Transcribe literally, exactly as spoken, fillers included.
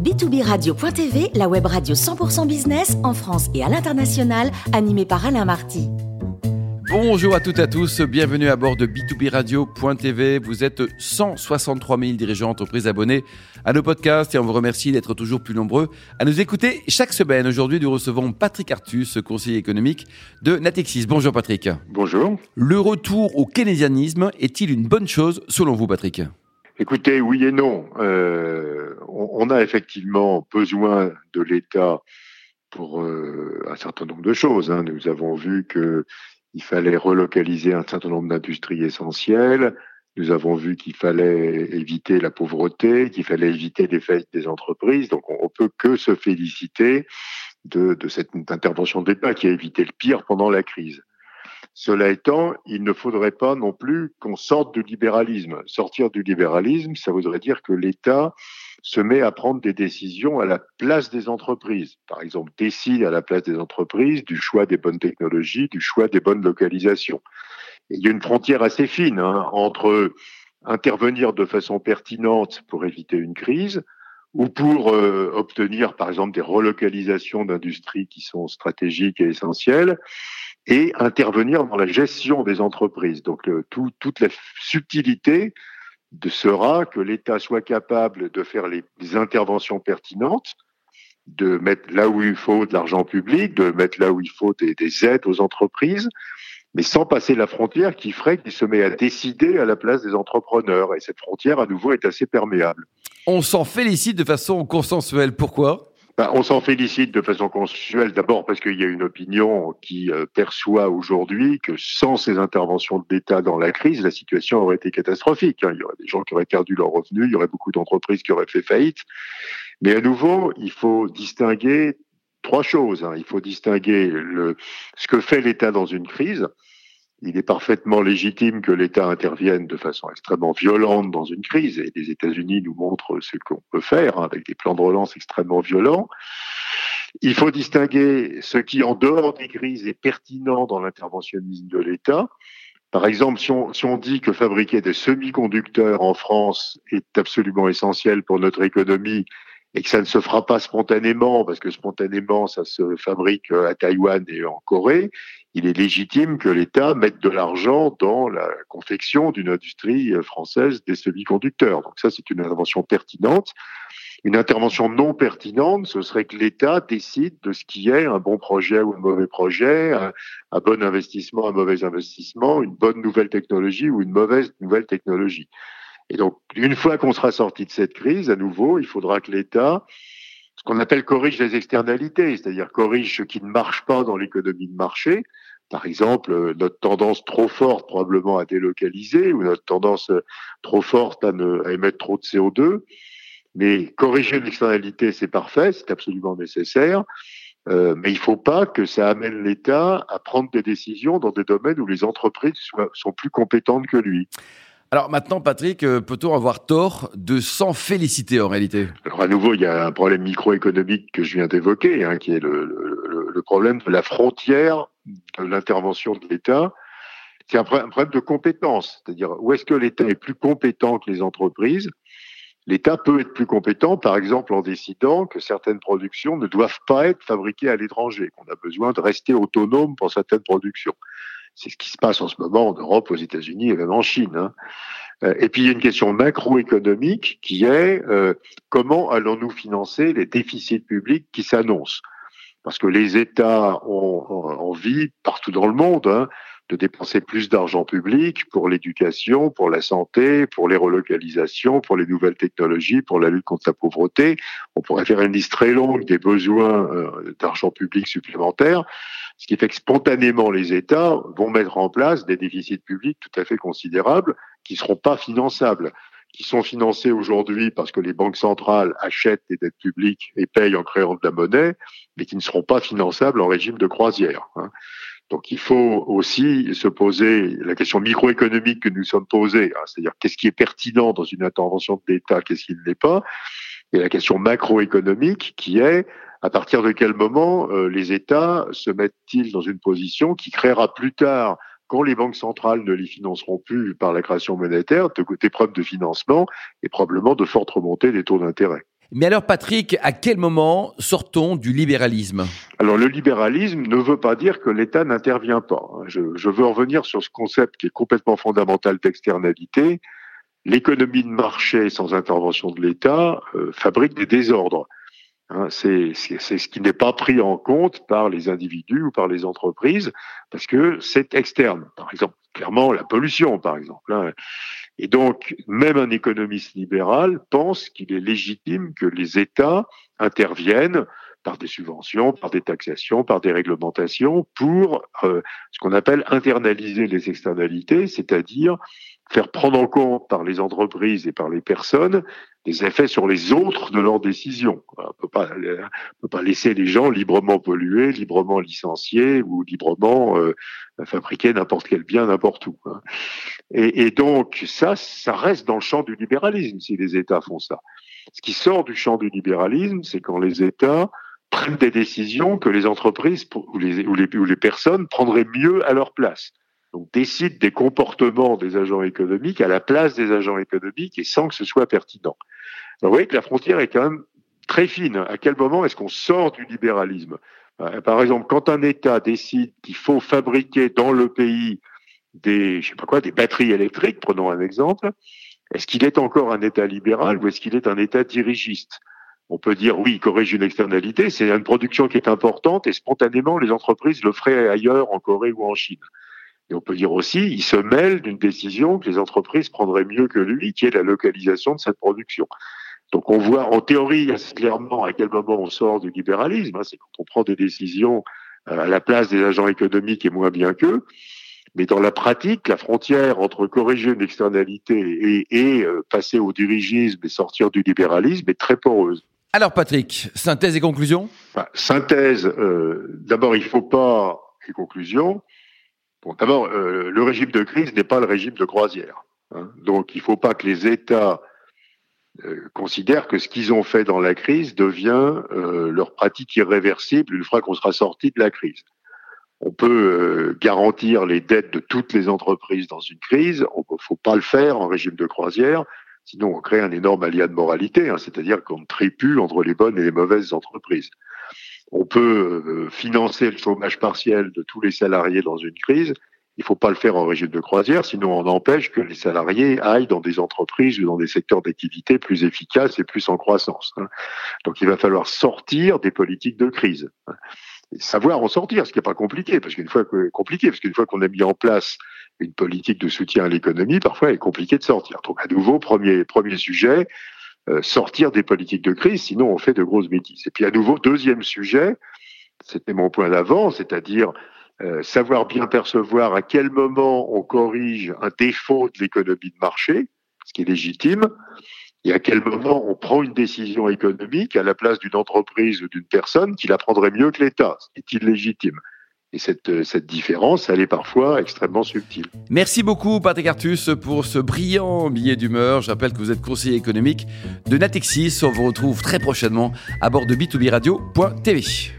b to b radio point t v, la web radio cent pour cent business en France et à l'international, animée par Alain Marty. Bonjour à toutes et à tous, bienvenue à bord de b to b radio point t v. Vous êtes cent soixante-trois mille dirigeants d'entreprises abonnés à nos podcasts et on vous remercie d'être toujours plus nombreux à nous écouter chaque semaine. Aujourd'hui, nous recevons Patrick Artus, conseiller économique de Natixis. Bonjour Patrick. Bonjour. Le retour au keynésianisme est-il une bonne chose selon vous, Patrick ? Écoutez, oui et non. Euh, on, on a effectivement besoin de l'État pour euh, un certain nombre de choses. Hein. Nous avons vu que il fallait relocaliser un certain nombre d'industries essentielles. Nous avons vu qu'il fallait éviter la pauvreté, qu'il fallait éviter les faillites des entreprises. Donc, on, on peut que se féliciter de, de cette intervention de l'État qui a évité le pire pendant la crise. Cela étant, il ne faudrait pas non plus qu'on sorte du libéralisme. Sortir du libéralisme, ça voudrait dire que l'État se met à prendre des décisions à la place des entreprises. Par exemple, décide à la place des entreprises du choix des bonnes technologies, du choix des bonnes localisations. Et il y a une frontière assez fine hein, entre intervenir de façon pertinente pour éviter une crise ou pour euh, obtenir, par exemple, des relocalisations d'industries qui sont stratégiques et essentielles, et intervenir dans la gestion des entreprises. Donc, le, tout, toute la subtilité de sera que l'État soit capable de faire les, les interventions pertinentes, de mettre là où il faut de l'argent public, de mettre là où il faut des, des aides aux entreprises, mais sans passer la frontière qui ferait qu'il se met à décider à la place des entrepreneurs. Et cette frontière, à nouveau, est assez perméable. On s'en félicite de façon consensuelle. Pourquoi ? Ben, on s'en félicite de façon consensuelle, d'abord parce qu'il y a une opinion qui euh, perçoit aujourd'hui que sans ces interventions de l'État dans la crise, la situation aurait été catastrophique. Hein. Il y aurait des gens qui auraient perdu leurs revenus, il y aurait beaucoup d'entreprises qui auraient fait faillite. Mais à nouveau, il faut distinguer trois choses. Hein. Il faut distinguer le, ce que fait l'État dans une crise. Il est parfaitement légitime que l'État intervienne de façon extrêmement violente dans une crise, et les États-Unis nous montrent ce qu'on peut faire, hein, avec des plans de relance extrêmement violents. Il faut distinguer ce qui, en dehors des crises, est pertinent dans l'interventionnisme de l'État. Par exemple, si on, si on dit que fabriquer des semi-conducteurs en France est absolument essentiel pour notre économie, et que ça ne se fera pas spontanément, parce que spontanément, ça se fabrique à Taïwan et en Corée, il est légitime que l'État mette de l'argent dans la confection d'une industrie française des semi-conducteurs. Donc ça, c'est une intervention pertinente. Une intervention non pertinente, ce serait que l'État décide de ce qui est un bon projet ou un mauvais projet, un, un bon investissement, un mauvais investissement, une bonne nouvelle technologie ou une mauvaise nouvelle technologie. Et donc, une fois qu'on sera sorti de cette crise, à nouveau, il faudra que l'État, ce qu'on appelle corrige les externalités, c'est-à-dire corrige ce qui ne marche pas dans l'économie de marché. Par exemple, notre tendance trop forte probablement à délocaliser ou notre tendance trop forte à, ne, à émettre trop de C O deux. Mais corriger l'externalité, c'est parfait, c'est absolument nécessaire. Euh, mais il ne faut pas que ça amène l'État à prendre des décisions dans des domaines où les entreprises soient, sont plus compétentes que lui. Alors maintenant, Patrick, peut-on avoir tort de s'en féliciter en réalité ? Alors à nouveau, il y a un problème microéconomique que je viens d'évoquer, hein, qui est le, le, le problème de la frontière de l'intervention de l'État. C'est un problème de compétence, c'est-à-dire où est-ce que l'État est plus compétent que les entreprises ? L'État peut être plus compétent, par exemple, en décidant que certaines productions ne doivent pas être fabriquées à l'étranger, qu'on a besoin de rester autonome pour certaines productions. C'est ce qui se passe en ce moment en Europe, aux États-Unis et même en Chine. Hein. Et puis il y a une question macroéconomique qui est euh, comment allons-nous financer les déficits publics qui s'annoncent ? Parce que les États ont, ont envie, partout dans le monde, hein, de dépenser plus d'argent public pour l'éducation, pour la santé, pour les relocalisations, pour les nouvelles technologies, pour la lutte contre la pauvreté. On pourrait faire une liste très longue des besoins euh, d'argent public supplémentaires, ce qui fait que spontanément les États vont mettre en place des déficits publics tout à fait considérables qui ne seront pas finançables, qui sont financés aujourd'hui parce que les banques centrales achètent des dettes publiques et payent en créant de la monnaie, mais qui ne seront pas finançables en régime de croisière. Hein. Donc il faut aussi se poser la question microéconomique que nous sommes posés, hein, c'est-à-dire qu'est-ce qui est pertinent dans une intervention de l'État, qu'est-ce qui ne l'est pas, et la question macroéconomique qui est à partir de quel moment euh, les États se mettent-ils dans une position qui créera plus tard, quand les banques centrales ne les financeront plus par la création monétaire, de, des preuves de financement et probablement de fortes remontées des taux d'intérêt. Mais alors Patrick, à quel moment sort-on du libéralisme ? Alors le libéralisme ne veut pas dire que l'État n'intervient pas. Je, je veux revenir sur ce concept qui est complètement fondamental d'externalité. L'économie de marché sans intervention de l'État euh, fabrique des désordres. Hein, c'est, c'est, c'est ce qui n'est pas pris en compte par les individus ou par les entreprises parce que c'est externe. Par exemple, clairement la pollution, par exemple. Hein. Et donc, même un économiste libéral pense qu'il est légitime que les États interviennent par des subventions, par des taxations, par des réglementations pour euh, ce qu'on appelle internaliser les externalités, c'est-à-dire faire prendre en compte par les entreprises et par les personnes des effets sur les autres de leurs décisions. On ne peut pas, on peut pas laisser les gens librement polluer, librement licencier ou librement euh, fabriquer n'importe quel bien n'importe où. Hein. Et, et donc ça, ça reste dans le champ du libéralisme si les États font ça. Ce qui sort du champ du libéralisme, c'est quand les États prennent des décisions que les entreprises ou les, ou les, ou les personnes prendraient mieux à leur place. Donc, décident des comportements des agents économiques à la place des agents économiques et sans que ce soit pertinent. Alors, vous voyez que la frontière est quand même très fine. À quel moment est-ce qu'on sort du libéralisme ? Par exemple, quand un État décide qu'il faut fabriquer dans le pays des, je sais pas quoi, des batteries électriques, prenons un exemple, est-ce qu'il est encore un État libéral ou est-ce qu'il est un État dirigiste ? On peut dire, oui, il corrige une externalité, c'est une production qui est importante et spontanément, les entreprises le feraient ailleurs, en Corée ou en Chine. Et on peut dire aussi, il se mêle d'une décision que les entreprises prendraient mieux que lui, qui est la localisation de cette production. Donc on voit en théorie assez clairement à quel moment on sort du libéralisme, hein, c'est quand on prend des décisions à la place des agents économiques et moins bien qu'eux. Mais dans la pratique, la frontière entre corriger une externalité et, et euh, passer au dirigisme et sortir du libéralisme est très poreuse. Alors Patrick, synthèse et conclusion ? Enfin, synthèse, euh, d'abord il ne faut pas, et conclusion, bon, d'abord euh, le régime de crise n'est pas le régime de croisière. Hein, donc il ne faut pas que les États euh, considèrent que ce qu'ils ont fait dans la crise devient euh, leur pratique irréversible une fois qu'on sera sorti de la crise. On peut euh, garantir les dettes de toutes les entreprises dans une crise, il ne faut pas le faire en régime de croisière, sinon on crée un énorme aléa de moralité, hein, c'est-à-dire qu'on tripule entre les bonnes et les mauvaises entreprises. On peut euh, financer le chômage partiel de tous les salariés dans une crise, il ne faut pas le faire en régime de croisière, sinon on empêche que les salariés aillent dans des entreprises ou dans des secteurs d'activité plus efficaces et plus en croissance. Hein. Donc il va falloir sortir des politiques de crise. Hein. Et savoir en sortir, ce qui n'est pas compliqué, parce qu'une fois que compliqué, parce qu'une fois qu'on a mis en place une politique de soutien à l'économie, parfois il est compliqué de sortir. Donc à nouveau, premier premier sujet, euh, sortir des politiques de crise, sinon on fait de grosses bêtises. Et puis à nouveau, deuxième sujet, c'était mon point d'avant, c'est-à-dire euh, savoir bien percevoir à quel moment on corrige un défaut de l'économie de marché, ce qui est légitime, et à quel moment on prend une décision économique à la place d'une entreprise ou d'une personne qui la prendrait mieux que l'État, ce qui est illégitime. Et cette, cette différence, elle est parfois extrêmement subtile. Merci beaucoup Patrick Artus pour ce brillant billet d'humeur. Je rappelle que vous êtes conseiller économique de Natixis. On vous retrouve très prochainement à bord de b to b radio point t v.